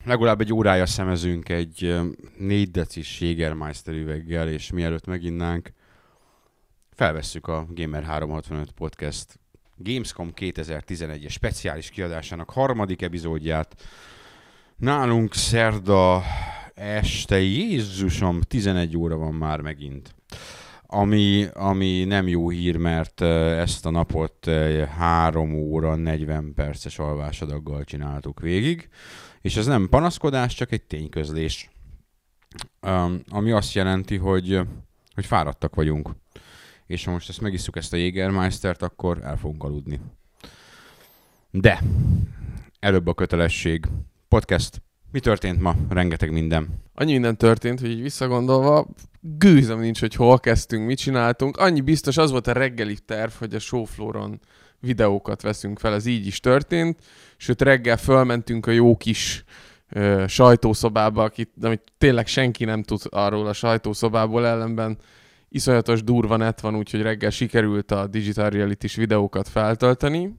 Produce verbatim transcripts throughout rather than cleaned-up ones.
legalább egy órája szemezünk egy négy decis Jägermeister üveggel, és mielőtt meginnánk, felvesszük a Gamer háromszázhatvanöt Podcast Gamescom kétezer-tizenegyes speciális kiadásának harmadik epizódját. Nálunk szerda este, Jézusom, tizenegy óra van már megint. Ami, ami nem jó hír, mert ezt a napot három óra negyven perces alvásadaggal csináltuk végig, és ez nem panaszkodás, csak egy tényközlés. Um, ami azt jelenti, hogy, hogy fáradtak vagyunk. És ha most ezt megisszuk, ezt a Jägermeistert, akkor el fogunk aludni. De előbb a kötelesség. Podcast. Mi történt ma? Rengeteg minden. Annyi minden történt, hogy így visszagondolva gőzöm nincs, hogy hol kezdtünk, mit csináltunk. Annyi biztos, az volt a reggeli terv, hogy a Showfloor-on videókat veszünk fel, ez így is történt. Sőt, reggel fölmentünk a jó kis ö, sajtószobába, akit, amit tényleg senki nem tud arról a sajtószobából, ellenben iszonyatos durva net van, úgyhogy reggel sikerült a Digital Reality-s videókat feltölteni.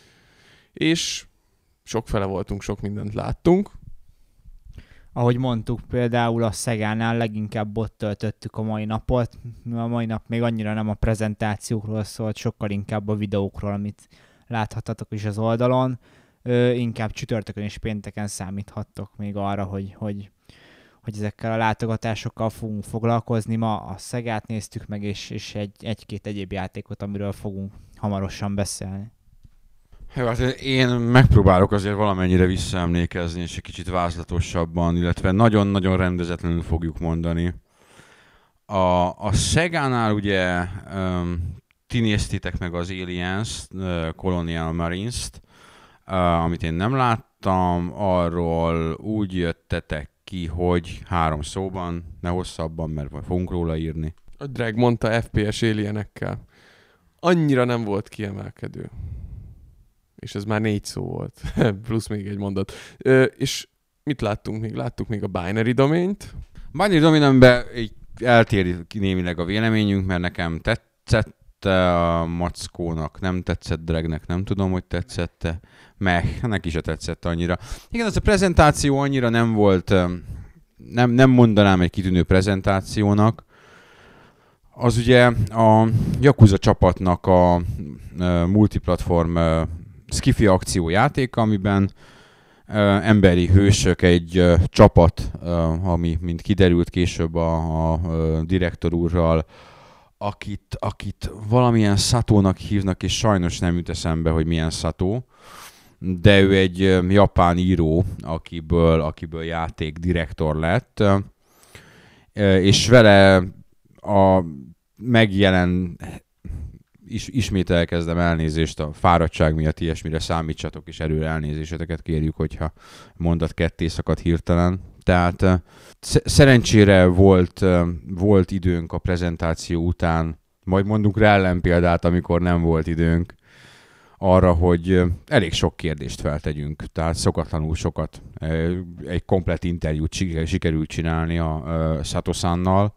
És sokfele voltunk, sok mindent láttunk. Ahogy mondtuk, például a Szegánál leginkább ott töltöttük a mai napot. A mai nap még annyira nem a prezentációkról szólt, sokkal inkább a videókról, amit láthatatok is az oldalon. Ö, inkább csütörtökön és pénteken számíthattok még arra, hogy, hogy, hogy ezekkel a látogatásokkal fogunk foglalkozni. Ma a Szegát néztük meg, és, és egy, egy-két egyéb játékot, amiről fogunk hamarosan beszélni. Jó, hát én megpróbálok azért valamennyire visszaemlékezni, és egy kicsit vázlatosabban, illetve nagyon-nagyon rendezetlenül fogjuk mondani. A, a Szegánál ugye um, ti néztétek meg az Aliens, uh, Colonial Marines-t, uh, amit én nem láttam, arról úgy jöttetek ki, hogy három szóban, ne hosszabban, mert fogunk róla írni. A Drag mondta ef pé es alienekkel. Annyira nem volt kiemelkedő. És ez már négy szó volt, plusz még egy mondat. Ö, és mit láttunk még? Láttuk még a Binary Domain-t. Binary Domain-ben eltér némileg a véleményünk, mert nekem tetszett a Mackónak, nem tetszett Dragnek, nem tudom, hogy tetszette, meg neki se tetszett annyira. Igen, az a prezentáció annyira nem volt, nem, nem mondanám egy kitűnő prezentációnak. Az ugye a Yakuza csapatnak a, a multiplatform Skifi akciójátéka, amiben uh, emberi hősök, egy uh, csapat, uh, ami mint kiderült később a, a, a direktor úrral, akit, akit valamilyen Satónak hívnak, és sajnos nem jut eszembe, hogy milyen Sató, de ő egy uh, japán író, akiből, akiből játékdirektor lett, uh, és vele a megjelen Is, ismét elkezdem elnézést a fáradtság miatt, ilyesmire számítsatok, és előre elnézéseteket kérjük, hogyha mondat ketté szakad hirtelen. Tehát sz- szerencsére volt, volt időnk a prezentáció után, majd mondunk rá ellenpéldát, amikor nem volt időnk, arra, hogy elég sok kérdést feltegyünk, tehát szokatlanul sokat. Egy komplett interjút sikerült csinálni a Sato-sannal,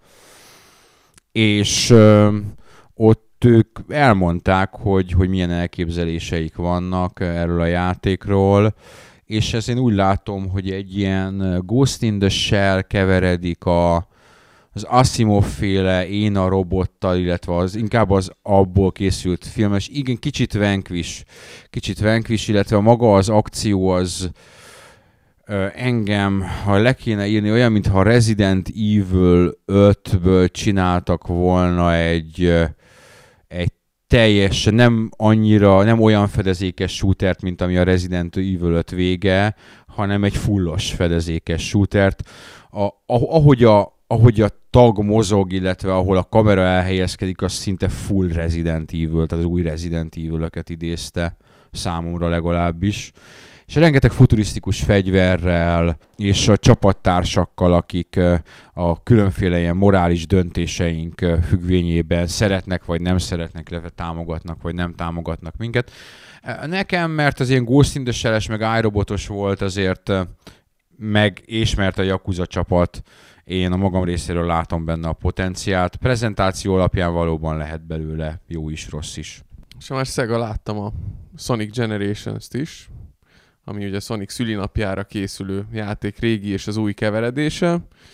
és ott ők elmondták, hogy, hogy milyen elképzeléseik vannak erről a játékról, és ezt én úgy látom, hogy egy ilyen Ghost in the Shell keveredik a, az Asimov-féle Én a robottal, illetve az, inkább az abból készült filmes. Igen, kicsit Vanquish, kicsit Vanquish, illetve maga az akció az ö, engem, ha le kéne írni, olyan, mintha Resident Evil ötből csináltak volna egy egy teljesen nem annyira, nem olyan fedezékes shootert, mint ami a Resident Evil öt vége, hanem egy fullos fedezékes shootert. A, ahogy, a, ahogy a tag mozog, illetve ahol a kamera elhelyezkedik, az szinte full Resident Evil, tehát az új Resident Evil-öket idézte, számomra legalábbis. És rengeteg futurisztikus fegyverrel, és a csapattársakkal, akik a különféle ilyen morális döntéseink függvényében szeretnek, vagy nem szeretnek, illetve támogatnak, vagy nem támogatnak minket. Nekem, mert az ilyen Ghost in the Shell-es, meg iRobotos volt azért, meg és mert a Yakuza csapat, én a magam részéről látom benne a potenciált. Prezentáció alapján valóban lehet belőle jó is, rossz is. És már Sega láttam a Sonic Generations-t is, ami ugye Sonic szülinapjára készülő játék régi és az új keveredése.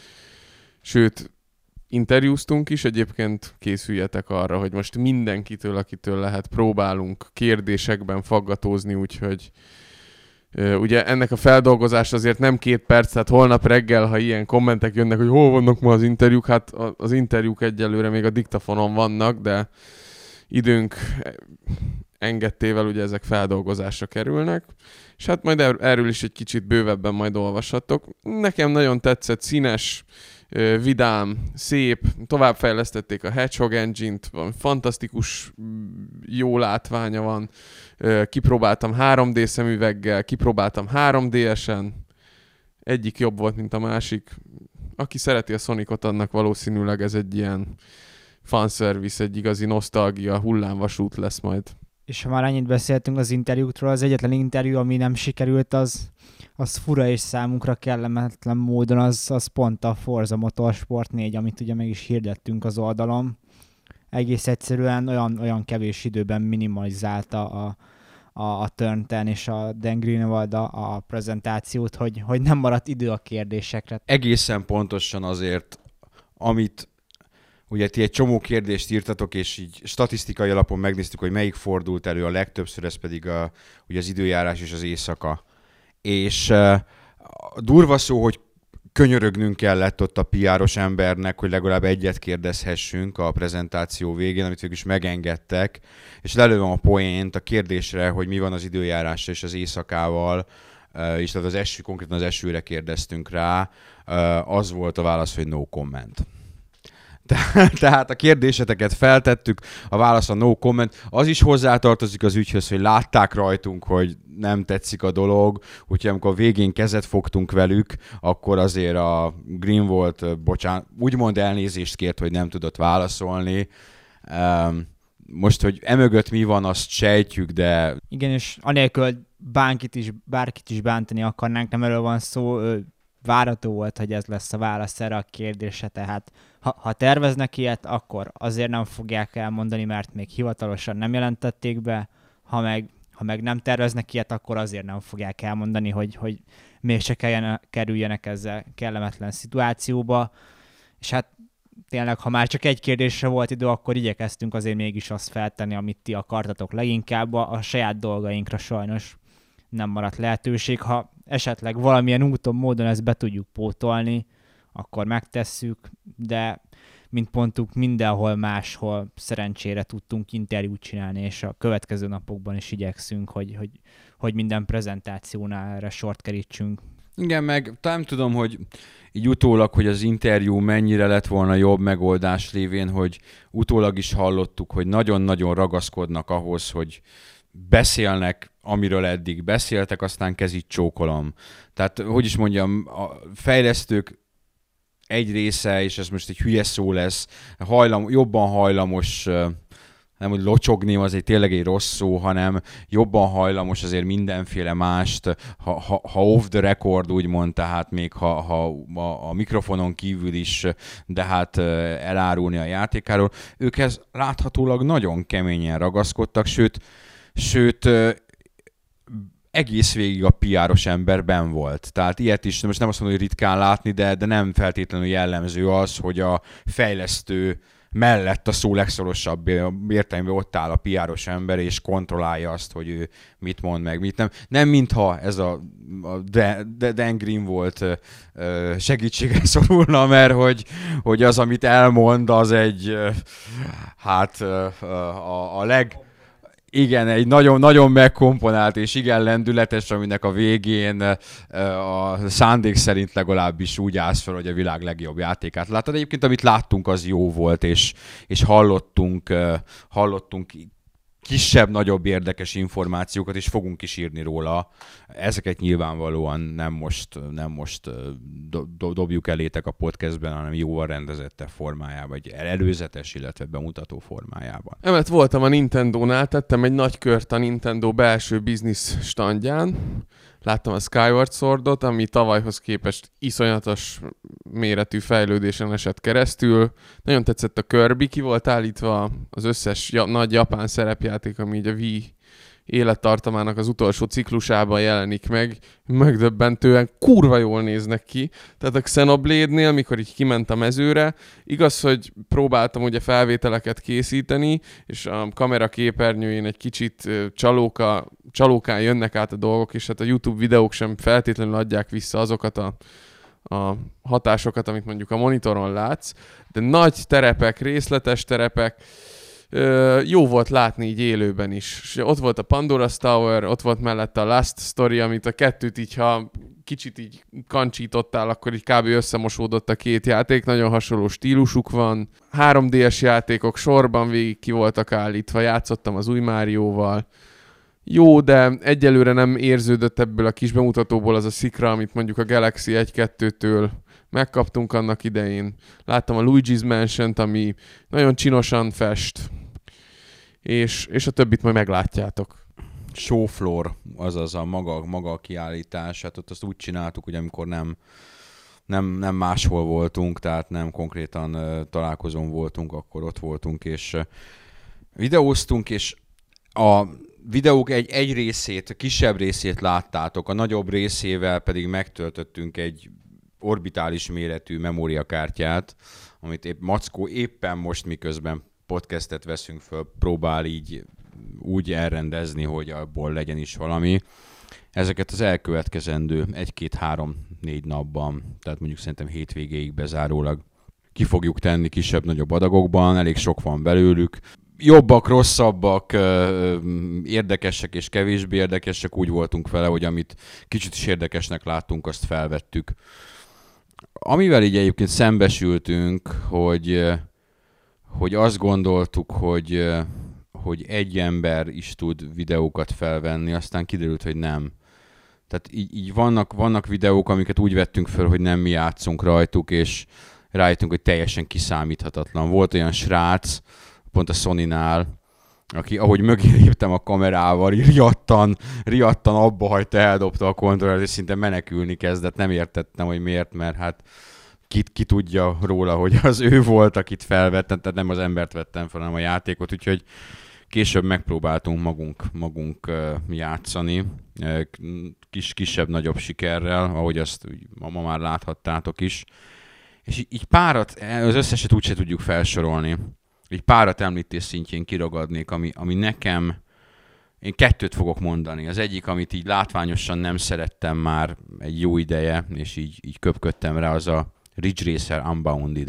Sőt, interjúztunk is, egyébként készüljetek arra, hogy most mindenkitől, akitől lehet, próbálunk kérdésekben faggatózni, úgyhogy uh, ugye ennek a feldolgozás azért nem két perc, tehát holnap reggel, ha ilyen kommentek jönnek, hogy hol vannak ma az interjúk, hát az interjúk egyelőre még a diktafonon vannak, de időnk engedtével ugye ezek feldolgozásra kerülnek, és hát majd er- erről is egy kicsit bővebben majd olvashatok. Nekem nagyon tetszett, színes, vidám, szép, továbbfejlesztették a Hedgehog Engine-t, fantasztikus jó látványa van, kipróbáltam három dé szemüveggel, kipróbáltam három dé esen, egyik jobb volt, mint a másik. Aki szereti a Sonicot, annak valószínűleg ez egy ilyen fanservice, egy igazi nosztalgia, hullámvasút lesz majd. És ha már annyit beszéltünk az interjúkról, az egyetlen interjú, ami nem sikerült, az, az fura és számunkra kellemetlen módon, az, az pont a Forza Motorsport négy, amit ugye meg is hirdettünk az oldalon. Egész egyszerűen olyan, olyan kevés időben minimalizálta a, a, a Turn tíz és a Dan Greenwald a, a prezentációt, hogy, hogy nem maradt idő a kérdésekre. Egészen pontosan azért, amit ugye ti egy csomó kérdést írtatok, és így statisztikai alapon megnéztük, hogy melyik fordult elő a legtöbbször, ez pedig a, ugye az időjárás és az éjszaka. És uh, durva szó, hogy könyörögnünk kellett ott a pé er-os embernek, hogy legalább egyet kérdezhessünk a prezentáció végén, amit végül is megengedtek, és lelőm a poént a kérdésre, hogy mi van az időjárással és az éjszakával, uh, és tehát az eső, konkrétan az esőre kérdeztünk rá, uh, az volt a válasz, hogy no comment. Tehát a kérdéseteket feltettük, a válasz a no comment. Az is hozzátartozik az ügyhöz, hogy látták rajtunk, hogy nem tetszik a dolog, úgyhogy amikor a végén kezet fogtunk velük, akkor azért a Greenwald, bocsánat, úgymond elnézést kért, hogy nem tudott válaszolni. Most, hogy emögött mi van, azt sejtjük, de... Igen, és anélkül, hogy bárkit is, bárkit is bántani akarnánk, nem erről van szó, várható volt, hogy ez lesz a válasz erre a kérdésre, tehát ha, ha terveznek ilyet, akkor azért nem fogják elmondani, mert még hivatalosan nem jelentették be, ha meg, ha meg nem terveznek ilyet, akkor azért nem fogják elmondani, hogy, hogy mégse kelljen, kerüljenek ezzel kellemetlen szituációba, és hát tényleg, ha már csak egy kérdésre volt idő, akkor igyekeztünk azért mégis azt feltenni, amit ti akartatok leginkább, a, a saját dolgainkra sajnos nem maradt lehetőség. Ha esetleg valamilyen úton, módon ezt be tudjuk pótolni, akkor megtesszük, de mint mondtuk, mindenhol máshol szerencsére tudtunk interjút csinálni, és a következő napokban is igyekszünk, hogy, hogy, hogy minden prezentációnál erre sort kerítsünk. Igen, meg nem tudom, hogy így utólag, hogy az interjú mennyire lett volna jobb megoldás lévén, hogy utólag is hallottuk, hogy nagyon-nagyon ragaszkodnak ahhoz, hogy beszélnek, amiről eddig beszéltek, aztán kezit csókolom. Tehát, hogy is mondjam, a fejlesztők egy része, és ez most egy hülye szó lesz, hajlam, jobban hajlamos, nem hogy locsogni, az egy tényleg egy rossz szó, hanem jobban hajlamos azért mindenféle mást, ha, ha, ha off the record úgymond, tehát még ha, ha a, a mikrofonon kívül is, de hát elárulni a játékáról. Ők ez láthatólag nagyon keményen ragaszkodtak, sőt, sőt egész végig a pé er-os ember benn volt. Tehát ilyet is, most nem azt mondom, hogy ritkán látni, de, de nem feltétlenül jellemző az, hogy a fejlesztő mellett a szó legszorosabb értelemben ott áll a pé er-os ember, és kontrollálja azt, hogy ő mit mond meg, mit nem. Nem mintha ez a, a Dan Greenwald segítségre szorulna, mert hogy, hogy az, amit elmond, az egy, hát a, a leg... Igen, egy nagyon, nagyon megkomponált és igen lendületes, aminek a végén a szándék szerint legalábbis úgy állsz fel, hogy a világ legjobb játékát láttad. Egyébként, amit láttunk, az jó volt, és, és hallottunk, hallottunk kisebb-nagyobb érdekes információkat, és fogunk is írni róla. Ezeket nyilvánvalóan nem most, nem most do, do, dobjuk elétek a podcastben, hanem jóval rendezettebb formájában, egy előzetes, illetve bemutató formájában. Emellett voltam a Nintendónál, tettem egy nagy kört a Nintendo belső biznisz standján. Láttam a Skyward Swordot, ami tavalyhoz képest iszonyatos méretű fejlődésen esett keresztül. Nagyon tetszett a Kirby, ki volt állítva az összes ja- nagy japán szerepjáték, ami így a Wii, élettartamának az utolsó ciklusában jelenik meg, megdöbbentően kurva jól néznek ki. Tehát a Xenoblade-nél, mikor így kiment a mezőre, igaz, hogy próbáltam ugye felvételeket készíteni, és a kamera képernyőjén egy kicsit csalóka, csalókán jönnek át a dolgok, és hát a YouTube videók sem feltétlenül adják vissza azokat a, a hatásokat, amit mondjuk a monitoron látsz, de nagy terepek, részletes terepek, jó volt látni így élőben is. És ott volt a Pandora's Tower, ott volt mellette a Last Story, amit a kettőt így, ha kicsit így kancsítottál, akkor így kb. Összemosódott a két játék, nagyon hasonló stílusuk van. három dé-es játékok sorban végig ki voltak állítva, játszottam az új Márióval. Jó, de egyelőre nem érződött ebből a kis bemutatóból az a szikra, amit mondjuk a Galaxy egy-kettőtől megkaptunk annak idején. Láttam a Luigi's Mansion-t, ami nagyon csinosan fest, és, és a többit majd meglátjátok. Showfloor, azaz a maga, maga a kiállítás, hát ott azt úgy csináltuk, hogy amikor nem, nem, nem máshol voltunk, tehát nem konkrétan uh, találkozón voltunk, akkor ott voltunk, és uh, videóztunk, és a videók egy, egy részét, a kisebb részét láttátok, a nagyobb részével pedig megtöltöttünk egy orbitális méretű memóriakártyát, amit épp Mackó éppen most, miközben podcastet veszünk föl, próbál így úgy elrendezni, hogy abból legyen is valami. Ezeket az elkövetkezendő egy-két-három-négy napban, tehát mondjuk szerintem hétvégéig bezárólag ki fogjuk tenni kisebb-nagyobb adagokban, elég sok van belőlük. Jobbak, rosszabbak, érdekesek és kevésbé érdekesek, úgy voltunk vele, hogy amit kicsit is érdekesnek láttunk, azt felvettük. Amivel így egyébként szembesültünk, hogy, hogy azt gondoltuk, hogy, hogy egy ember is tud videókat felvenni, aztán kiderült, hogy nem. Tehát így, így vannak, vannak videók, amiket úgy vettünk föl, hogy nem mi játszunk rajtuk, és rájöttünk, hogy teljesen kiszámíthatatlan. Volt olyan srác, pont a Sonynál, aki ahogy mögé léptem a kamerával, riadtan, riadtan abba hagyta, eldobta a kontrollert, és szinte menekülni kezdett. Nem értettem, hogy miért, mert hát ki, ki tudja róla, hogy az ő volt, akit felvettem, tehát nem az embert vettem fel, hanem a játékot, úgyhogy később megpróbáltunk magunk, magunk játszani, kis, kisebb-nagyobb sikerrel, ahogy azt ma már láthattátok is. És így párat, az összeset úgyse tudjuk felsorolni. Egy párat említés szintjén kiragadnék, ami, ami nekem, én kettőt fogok mondani. Az egyik, amit így látványosan nem szerettem már egy jó ideje, és így, így köpködtem rá, az a Ridge Racer Unbounded,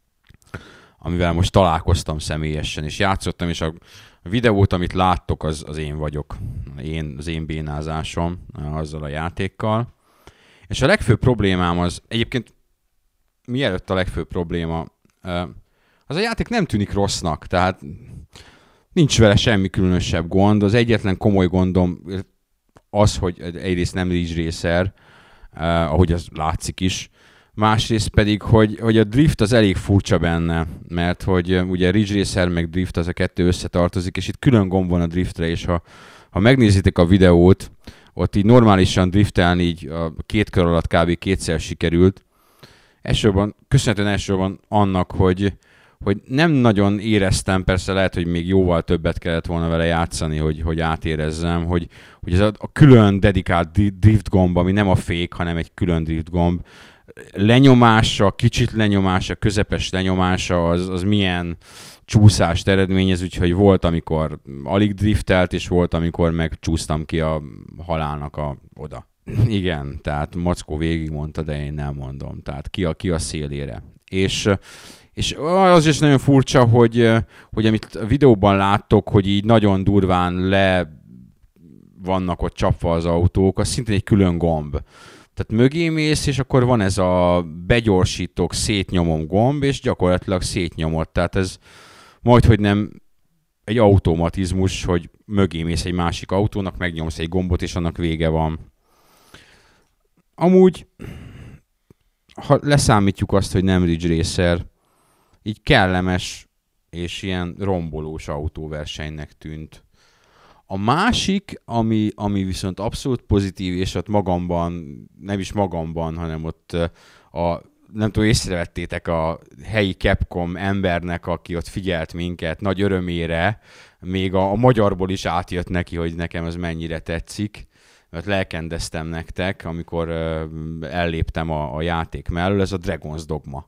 amivel most találkoztam személyesen, és játszottam, és a videót, amit láttok, az, az én vagyok. Én, az én bénázásom azzal a játékkal. És a legfőbb problémám az, egyébként mielőtt a legfőbb probléma, az a játék nem tűnik rossznak, tehát nincs vele semmi különösebb gond. Az egyetlen komoly gondom az, hogy egyrészt nem Ridge Racer, eh, ahogy az látszik is, másrészt pedig, hogy, hogy a drift az elég furcsa benne, mert hogy ugye Ridge Racer meg drift az a kettő összetartozik, és itt külön gomb van a driftre, és ha, ha megnézitek a videót, ott így normálisan driftelni így a két kör alatt kb. Kétszer sikerült. Elsősorban, köszönhetően elsősorban annak, hogy hogy nem nagyon éreztem, persze lehet, hogy még jóval többet kellett volna vele játszani, hogy, hogy átérezzem, hogy, hogy ez a, a külön dedikált drift gomb, ami nem a fék, hanem egy külön drift gomb, lenyomása, kicsit lenyomása, közepes lenyomása, az, az milyen csúszást eredményez, úgyhogy volt, amikor alig driftelt, és volt, amikor meg csúsztam ki a halálnak a, oda. Igen, tehát Mackó végigmondta, de én nem mondom. Tehát ki a, ki a szélére. És És az is nagyon furcsa, hogy, hogy amit a videóban láttok, hogy így nagyon durván le vannak ott csapva az autók, az szintén egy külön gomb. Tehát mögé mész, és akkor van ez a begyorsítok, szétnyomom gomb, és gyakorlatilag szétnyomod. Tehát ez majdhogy nem egy automatizmus, hogy mögé mész egy másik autónak, megnyomsz egy gombot, és annak vége van. Amúgy, ha leszámítjuk azt, hogy nem Ridge Racer, így kellemes és ilyen rombolós autóversenynek tűnt. A másik, ami, ami viszont abszolút pozitív, és ott magamban, nem is magamban, hanem ott a nem tudom, észrevettétek a helyi Capcom embernek, aki ott figyelt minket, nagy örömére, még a, a magyarból is átjött neki, hogy nekem ez mennyire tetszik, mert lelkendeztem nektek, amikor uh, elléptem a, a játék mellől, ez a Dragon's Dogma.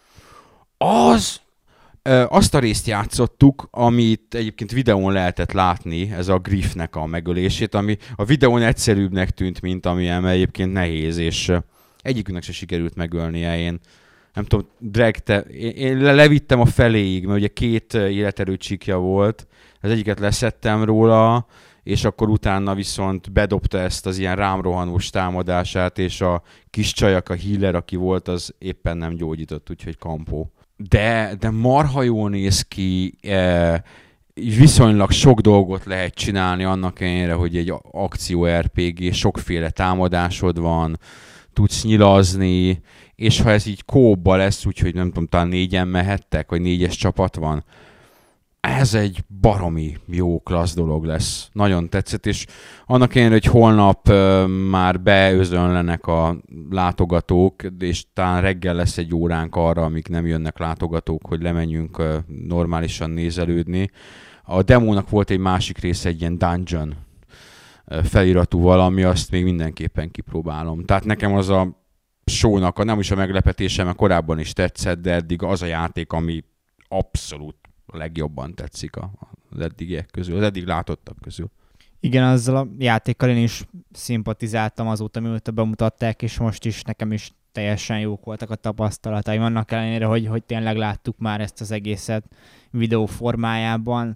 Az, uh, azt a részt játszottuk, amit egyébként videón lehetett látni, ez a Griffnek a megölését, ami a videón egyszerűbbnek tűnt, mint amilyen egyébként nehéz, és uh, egyikünknek se sikerült megölnie. Én nem tudom, Drag, te, én, én levittem a feléig, mert ugye két életerő csíkja volt, az egyiket leszettem róla, és akkor utána viszont bedobta ezt az ilyen rámrohanós támadását, és a kis csajak, a healer, aki volt, az éppen nem gyógyított, úgyhogy kampó. De, de marha jól néz ki, e, viszonylag sok dolgot lehet csinálni annak ellenére, hogy egy akció er pé gé, sokféle támadásod van, tudsz nyilazni, és ha ez így kóba lesz, úgyhogy nem tudom, talán négyen mehettek, vagy négyes csapat van, ez egy baromi jó klassz dolog lesz. Nagyon tetszett, és annak ellenére, hogy holnap uh, már beözönlenek a látogatók, és talán reggel lesz egy óránk arra, amíg nem jönnek látogatók, hogy lemenjünk uh, normálisan nézelődni. A demónak volt egy másik része, egy ilyen dungeon uh, feliratú valami, azt még mindenképpen kipróbálom. Tehát nekem az a show-nak, a, nem is a meglepetése, mert korábban is tetszett, de eddig az a játék, ami abszolút a legjobban tetszik az eddigiek közül, az eddig látottak közül. Igen, azzal a játékkal én is szimpatizáltam azóta, mióta bemutatták, és most is nekem is teljesen jók voltak a tapasztalataim. Annak ellenére, hogy, hogy tényleg láttuk már ezt az egészet videó formájában.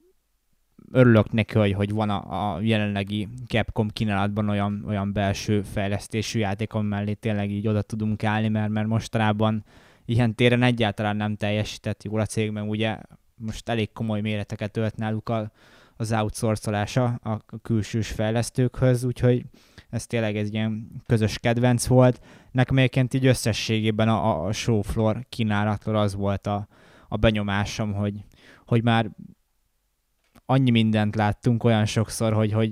Örülök neki, hogy, hogy van a, a jelenlegi Capcom kínálatban olyan, olyan belső fejlesztésű játék, ami mellé tényleg így oda tudunk állni, mert, mert mostanában ilyen téren egyáltalán nem teljesített jól a cég, meg ugye most elég komoly méreteket ölt náluk a, az outsourcolása a, a külsős fejlesztőkhöz, úgyhogy ez tényleg egy ilyen közös kedvenc volt. Nekem egyébként így összességében a, a show floor kínálatról az volt a, a benyomásom, hogy, hogy már annyi mindent láttunk olyan sokszor, hogy, hogy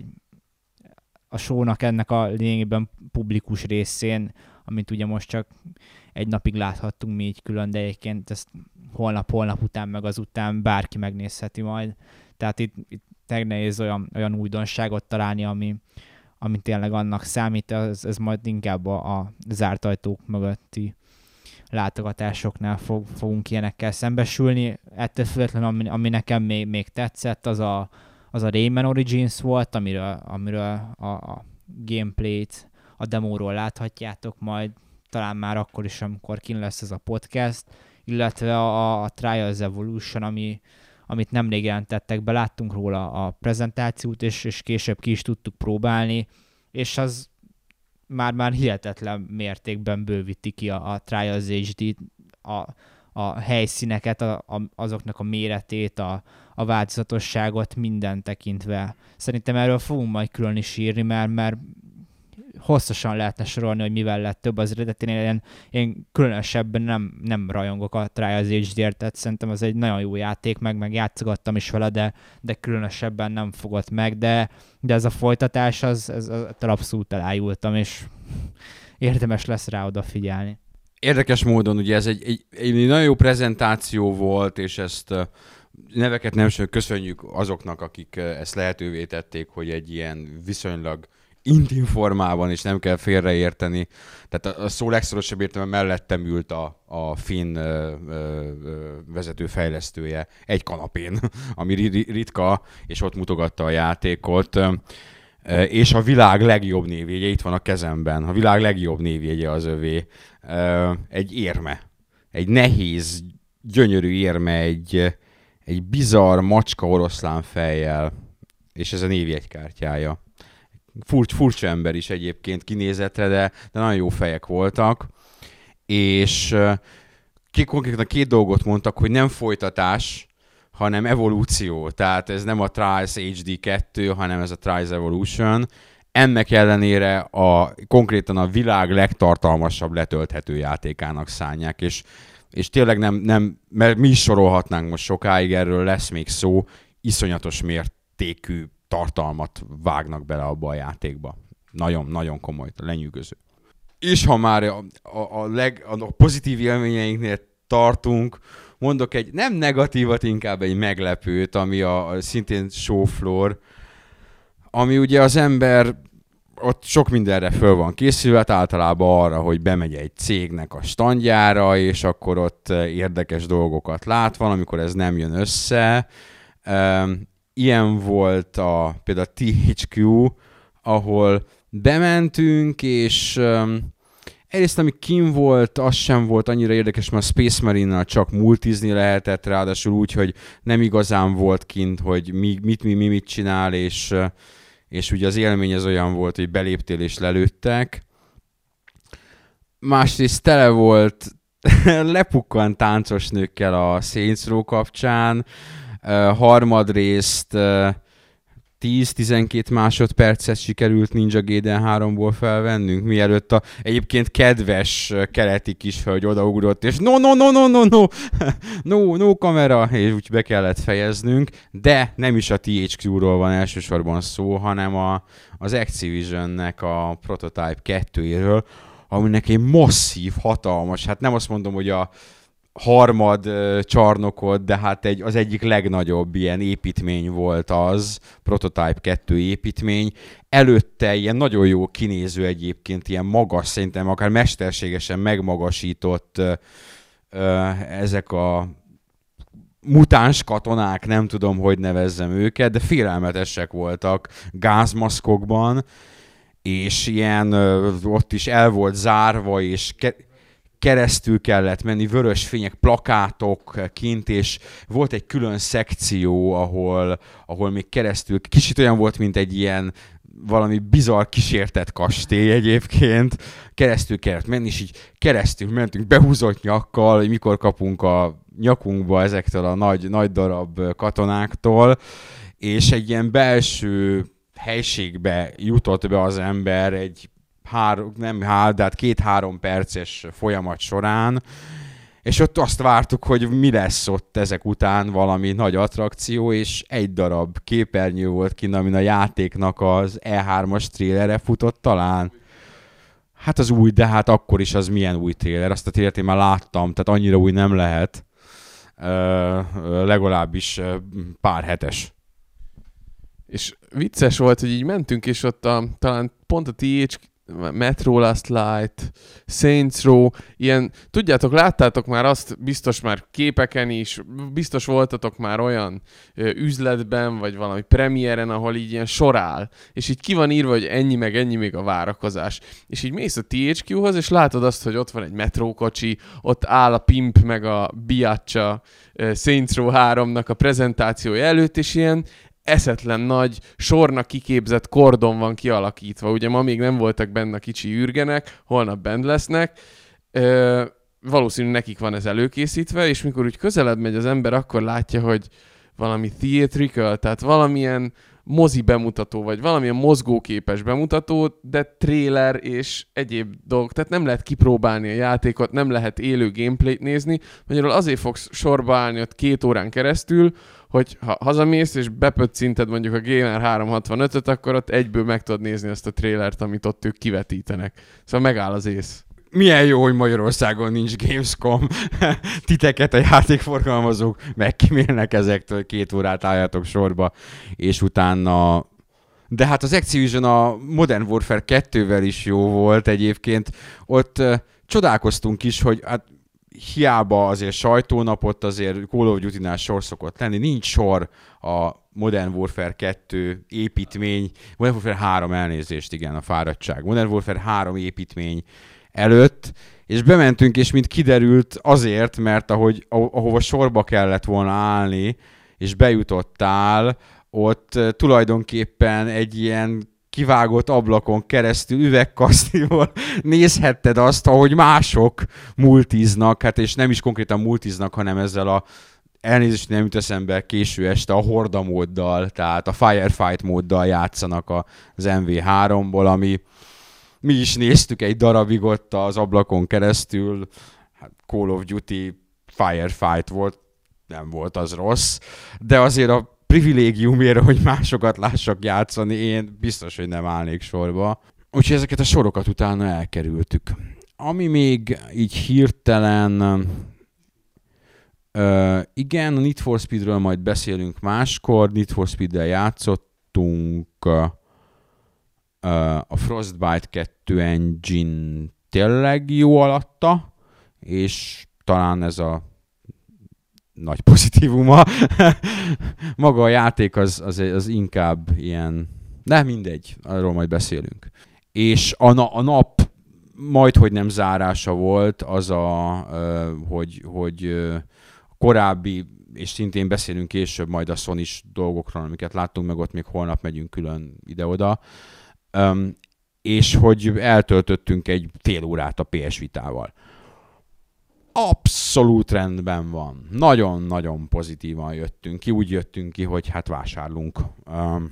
a shownak ennek a lényegében publikus részén, amit ugye most csak egy napig láthattunk mi így külön, de egyébként ezt holnap-holnap után meg azután bárki megnézheti majd. Tehát itt, itt nehéz olyan, olyan újdonságot találni, ami, ami tényleg annak számít, ez, ez majd inkább a, a zárt ajtók mögötti látogatásoknál fog, fogunk ilyenekkel szembesülni. Ettől függetlenül, ami, ami nekem még, még tetszett, az a, az a Rayman Origins volt, amiről, amiről a, a gameplayt, a demóról láthatjátok majd, talán már akkor is, amikor kint lesz ez a podcast, illetve a, a Trials Evolution, ami, amit nemrég jelentettek be, láttunk róla a prezentációt, és, és később ki is tudtuk próbálni, és az már-már hihetetlen mértékben bővíti ki a, a Trials há dé-t, a, a helyszíneket, a, a, azoknak a méretét, a, a változatosságot minden tekintve. Szerintem erről fogunk majd külön is írni, mert, mert hosszasan lehetne sorolni, hogy mivel lett több az eredet. Én, én, én különösebben nem, nem rajongok a Trials há dé-ért, tehát szerintem az egy nagyon jó játék, meg, meg játszogattam is vele, de, de különösebben nem fogott meg, de, de ez a folytatás, az, ez, az, abszolút elájultam, és érdemes lesz rá odafigyelni. Érdekes módon ugye ez egy, egy, egy nagyon jó prezentáció volt, és ezt neveket nem sem köszönjük azoknak, akik ezt lehetővé tették, hogy egy ilyen viszonylag intim formában, és nem kell félreérteni. Tehát a szó legszorosabb értelme mellettem ült a, a finn ö, ö, vezető fejlesztője egy kanapén, ami ritka, és ott mutogatta a játékot. És a világ legjobb névjegye itt van a kezemben. A világ legjobb névjegye az övé. Egy érme. Egy nehéz, gyönyörű érme, egy, egy bizarr macska oroszlán fejjel, és ez a névjegykártyája. Furcs, furcsa ember is egyébként kinézetre, de, de nagyon jó fejek voltak, és uh, konkrétan két dolgot mondtak, hogy nem folytatás, hanem evolúció, tehát ez nem a Trials há dé kettő, hanem ez a Trials Evolution. Ennek ellenére a, konkrétan a világ legtartalmasabb letölthető játékának szánják, és, és tényleg nem, nem, mert mi is sorolhatnánk most sokáig, erről lesz még szó, iszonyatos mértékű tartalmat vágnak bele abba a játékba. Nagyon-nagyon komoly, lenyűgöző. És ha már a, a, a, leg, a pozitív élményeinknél tartunk, mondok egy nem negatívat, inkább egy meglepőt, ami a, a szintén showfloor, ami ugye az ember ott sok mindenre föl van készülve, hát általában arra, hogy bemegy egy cégnek a standjára, és akkor ott érdekes dolgokat lát, valamikor ez nem jön össze. Ilyen volt a, például a té há kú, ahol bementünk, és egyrészt, ami kim volt, az sem volt annyira érdekes, mert a Space Marine-nal csak multizni lehetett, ráadásul úgy, hogy nem igazán volt kint, hogy mi, mit mi, mi mit csinál, és, és ugye az élmény az olyan volt, hogy beléptél és lelőttek. Másrészt tele volt lepukkant táncos nőkkel a Saints Row kapcsán, harmadrészt tíz-tizenkét másodpercet sikerült Ninja Gaiden háromból felvennünk, mielőtt a egyébként kedves keleti kishölgy odaugrott, és no, no, no, no, no, no, no, no kamera, és úgy be kellett fejeznünk, de nem is a té há kú-ról van elsősorban szó, hanem a, az Activision-nek a Prototype kettőjéről, aminek egy masszív, hatalmas, hát nem azt mondom, hogy a harmad uh, csarnokot, de hát egy, az egyik legnagyobb ilyen építmény volt az, Prototype kettő építmény. Előtte ilyen nagyon jó kinéző egyébként, ilyen magas, szerintem akár mesterségesen megmagasított uh, uh, ezek a mutáns katonák, nem tudom, hogy nevezzem őket, de félelmetesek voltak gázmaszkokban, és ilyen uh, ott is el volt zárva, és ke- keresztül kellett menni, vörös fények, plakátok kint, és volt egy külön szekció, ahol, ahol még keresztül, kicsit olyan volt, mint egy ilyen valami bizarr kísértett kastély egyébként, keresztül kellett menni, és így keresztül mentünk behúzott nyakkal, hogy mikor kapunk a nyakunkba ezektől a nagy, nagy darab katonáktól, és egy ilyen belső helységbe jutott be az ember egy Három, nem hár, de hát két-három perces folyamat során, és ott azt vártuk, hogy mi lesz ott ezek után valami nagy attrakció, és egy darab képernyő volt kint, amin a játéknak az E hármas trélere futott talán. Hát az új, de hát akkor is az milyen új tréler, azt a trélert én már láttam, tehát annyira új nem lehet, uh, legalábbis uh, pár hetes. És vicces volt, hogy így mentünk, és ott a, talán pont a té há Metro Last Light, Saints Row, ilyen, tudjátok, láttátok már azt, biztos már képeken is, biztos voltatok már olyan ö, üzletben, vagy valami premiéren, ahol így ilyen sor áll, és így ki van írva, hogy ennyi meg ennyi még a várakozás. És így mész a té há kúhoz, és látod azt, hogy ott van egy metrókocsi, ott áll a Pimp meg a Biaccia ö, Saints Row háromnak a prezentációja előtt, és ilyen eszetlen nagy, sornak kiképzett kordon van kialakítva. Ugye ma még nem voltak benne a kicsi űrgenek, holnap bent lesznek. Ö, valószínűleg nekik van ez előkészítve, és mikor úgy közelebb megy az ember, akkor látja, hogy valami theatrical, tehát valamilyen mozi bemutató, vagy valamilyen mozgóképes bemutató, de trailer és egyéb dolgok. Tehát nem lehet kipróbálni a játékot, nem lehet élő gameplayt nézni, magyarul azért fogsz sorba állni ott két órán keresztül, hogy ha hazamész és bepöccinted mondjuk a Gamer háromszázhatvanötöt, akkor ott egyből meg tudod nézni ezt a trailert, amit ott ők kivetítenek. Szóval megáll az ész. Milyen jó, hogy Magyarországon nincs Gamescom. Titeket a játékforgalmazók megkímélnek ezektől, két órát álljatok sorba, és utána... De hát az Activision a Modern Warfare kettővel is jó volt egyébként. Ott uh, csodálkoztunk is, hogy hát hiába azért sajtónapot, azért Call of Duty-nál sor szokott lenni. Nincs sor a Modern Warfare kettő építmény, Modern Warfare három elnézést, igen, a fáradtság. Modern Warfare három építmény előtt, és bementünk, és mint kiderült azért, mert ahogy, ahova sorba kellett volna állni, és bejutottál, ott tulajdonképpen egy ilyen kivágott ablakon keresztül üvegkasztival nézhetted azt, ahogy mások multiznak, hát és nem is konkrétan multiznak, hanem ezzel a elnézést nem jut eszembe késő este a Horda móddal, tehát a Firefight móddal játszanak az em vé háromból, ami mi is néztük egy darabig ott az ablakon keresztül, hát Call of Duty Firefight volt, nem volt az rossz, de azért a privilégiumért, hogy másokat lássak játszani, én biztos, hogy nem állnék sorba. Úgyhogy ezeket a sorokat utána elkerültük. Ami még így hirtelen... Uh, igen, a Need for Speedről majd beszélünk máskor. Need for Speeddel játszottunk. Uh, a Frostbite kettő engine tényleg jó alatta, és talán ez a nagy pozitívuma. Maga a játék az, az, az inkább ilyen... De mindegy, arról majd beszélünk. És a, na, a nap majdhogy nem zárása volt, az a, uh, hogy, hogy uh, korábbi, és szintén beszélünk később majd a Sony-s dolgokról, amiket láttunk meg ott, még holnap megyünk külön ide-oda, um, és hogy eltöltöttünk egy fél órát a pé es Vitával. Abszolút rendben van. Nagyon-nagyon pozitívan jöttünk ki. Úgy jöttünk ki, hogy hát vásárlunk. Um,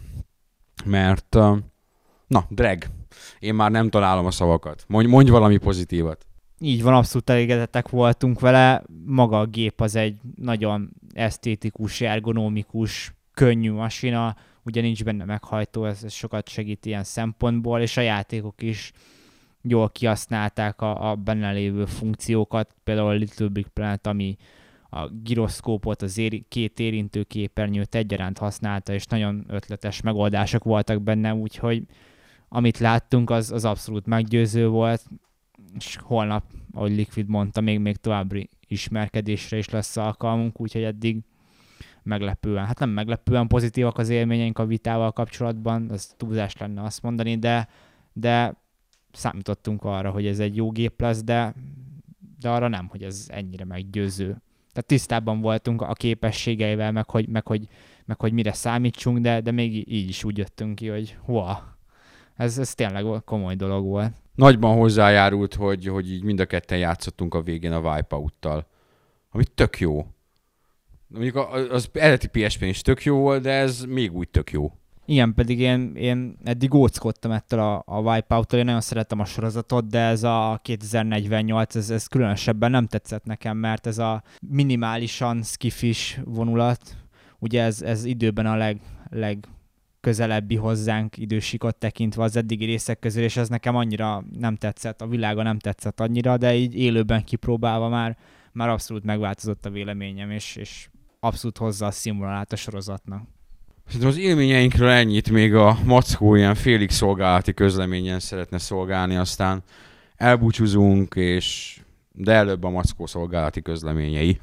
mert, uh, na, drag. Én már nem találom a szavakat. Mondj, mondj valami pozitívat. Így van, abszolút elégedettek voltunk vele. Maga a gép az egy nagyon esztétikus, ergonomikus, könnyű masina. Ugye nincs benne meghajtó, ez, ez sokat segít ilyen szempontból, és a játékok is jól kihasználták a, a benne lévő funkciókat, például a Little Big Planet, ami a gyroszkópot, az éri, két érintő képernyőt egyaránt használta, és nagyon ötletes megoldások voltak benne, úgyhogy amit láttunk, az, az abszolút meggyőző volt, és holnap, ahogy Liquid mondta, még, még további ismerkedésre is lesz alkalmunk, úgyhogy eddig meglepően, hát nem meglepően pozitívak az élményeink a Vitával kapcsolatban, az túlzás lenne azt mondani, de, de számítottunk arra, hogy ez egy jó gép lesz, de, de arra nem, hogy ez ennyire meggyőző. Tehát tisztában voltunk a képességeivel, meg hogy, meg hogy, meg hogy mire számítsunk, de, de még így is úgy jöttünk ki, hogy hova. Ez, ez tényleg komoly dolog volt. Nagyban hozzájárult, hogy, hogy így mind a ketten játszottunk a végén a Wipeout-tal, ami tök jó. Mondjuk az eredeti pé es pén is tök jó volt, de ez még úgy tök jó. Igen, pedig én, én eddig óckodtam ettől a, a Wipeout-tól, én nagyon szeretem a sorozatot, de ez a kétezer-negyvennyolc, ez, ez különösebben nem tetszett nekem, mert ez a minimálisan skifis vonulat, ugye ez, ez időben a leg, legközelebbi hozzánk idősikot tekintve az eddigi részek közül, és ez nekem annyira nem tetszett, a világa nem tetszett annyira, de így élőben kipróbálva már, már abszolút megváltozott a véleményem, és, és abszolút hozza a színvonalát a sorozatnak. Szerintem az élményeinkről ennyit, még a Mackó ilyen félig szolgálati közleményen szeretne szolgálni, aztán elbúcsúzunk, és de előbb a Mackó szolgálati közleményei.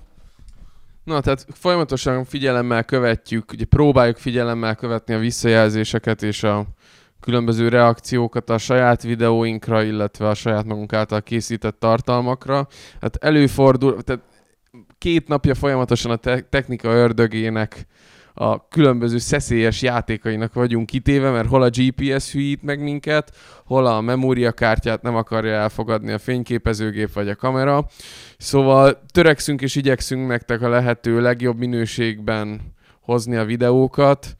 Na, tehát folyamatosan figyelemmel követjük, ugye próbáljuk figyelemmel követni a visszajelzéseket és a különböző reakciókat a saját videóinkra, illetve a saját magunk által készített tartalmakra. Hát előfordul, tehát két napja folyamatosan a te- technika ördögének a különböző szeszélyes játékainak vagyunk kitéve, mert hol a gé pé es hülyít meg minket, hol a memóriakártyát nem akarja elfogadni a fényképezőgép vagy a kamera. Szóval törekszünk és igyekszünk nektek a lehető legjobb minőségben hozni a videókat.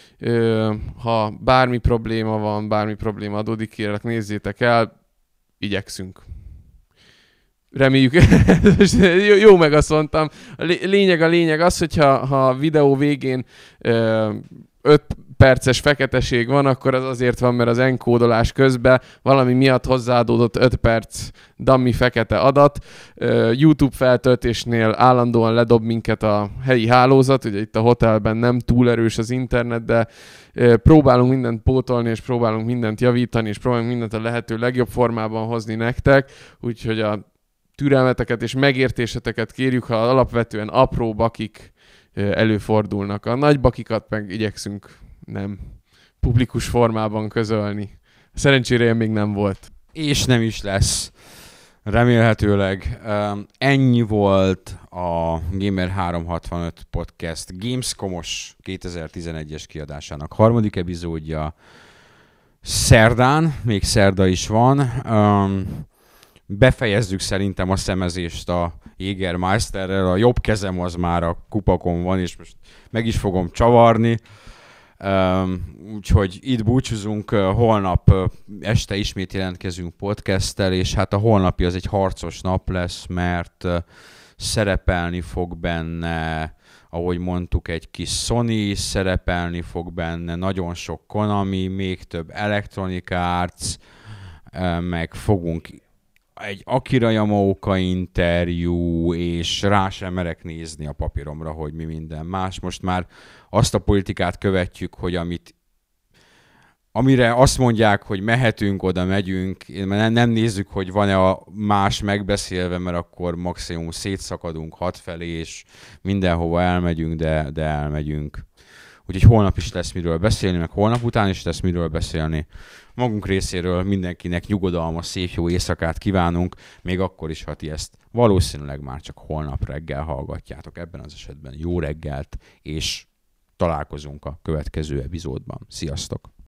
Ha bármi probléma van, bármi probléma adódik, kérlek nézzétek el, igyekszünk. Reméljük, jó, jó meg azt mondtam. A lényeg a lényeg az, hogyha ha a videó végén öt perces feketeség van, akkor az azért van, mert az enkódolás közben valami miatt hozzáadódott öt perc dummy fekete adat. YouTube feltöltésnél állandóan ledob minket a helyi hálózat, ugye itt a hotelben nem túl erős az internet, de próbálunk mindent pótolni, és próbálunk mindent javítani, és próbálunk mindent a lehető legjobb formában hozni nektek, úgyhogy a türelmeteket és megértéseteket kérjük, ha alapvetően apró bakik előfordulnak. A nagy bakikat meg igyekszünk nem publikus formában közölni. Szerencsére még nem volt. És nem is lesz. Remélhetőleg. Ennyi volt a Gamer háromszázhatvanöt Podcast Gamescom-os kétezer-tizenegyes kiadásának harmadik epizódja. Szerdán, még szerda is van. Befejezzük szerintem a szemezést a Jägermeisterrel. A jobb kezem az már a kupakon van, és most meg is fogom csavarni. Um, úgyhogy itt búcsúzunk, holnap este ismét jelentkezünk podcasttel, és hát a holnapi az egy harcos nap lesz, mert szerepelni fog benne, ahogy mondtuk, egy kis Sony, szerepelni fog benne nagyon sok Konami, még több Electronic Arts, meg fogunk egy Akira Yamaoka interjú, és rá sem merek nézni a papíromra, hogy mi minden más. Most már azt a politikát követjük, hogy amit amire azt mondják, hogy mehetünk, oda megyünk, nem nézzük, hogy van-e a más megbeszélve, mert akkor maximum szétszakadunk hatfelé, és mindenhova elmegyünk, de, de elmegyünk. Úgyhogy holnap is lesz miről beszélni, meg holnap után is lesz miről beszélni. Magunk részéről mindenkinek nyugodalmas, szép jó éjszakát kívánunk, még akkor is, ha ti ezt valószínűleg már csak holnap reggel hallgatjátok. Ebben az esetben jó reggelt, és találkozunk a következő epizódban. Sziasztok!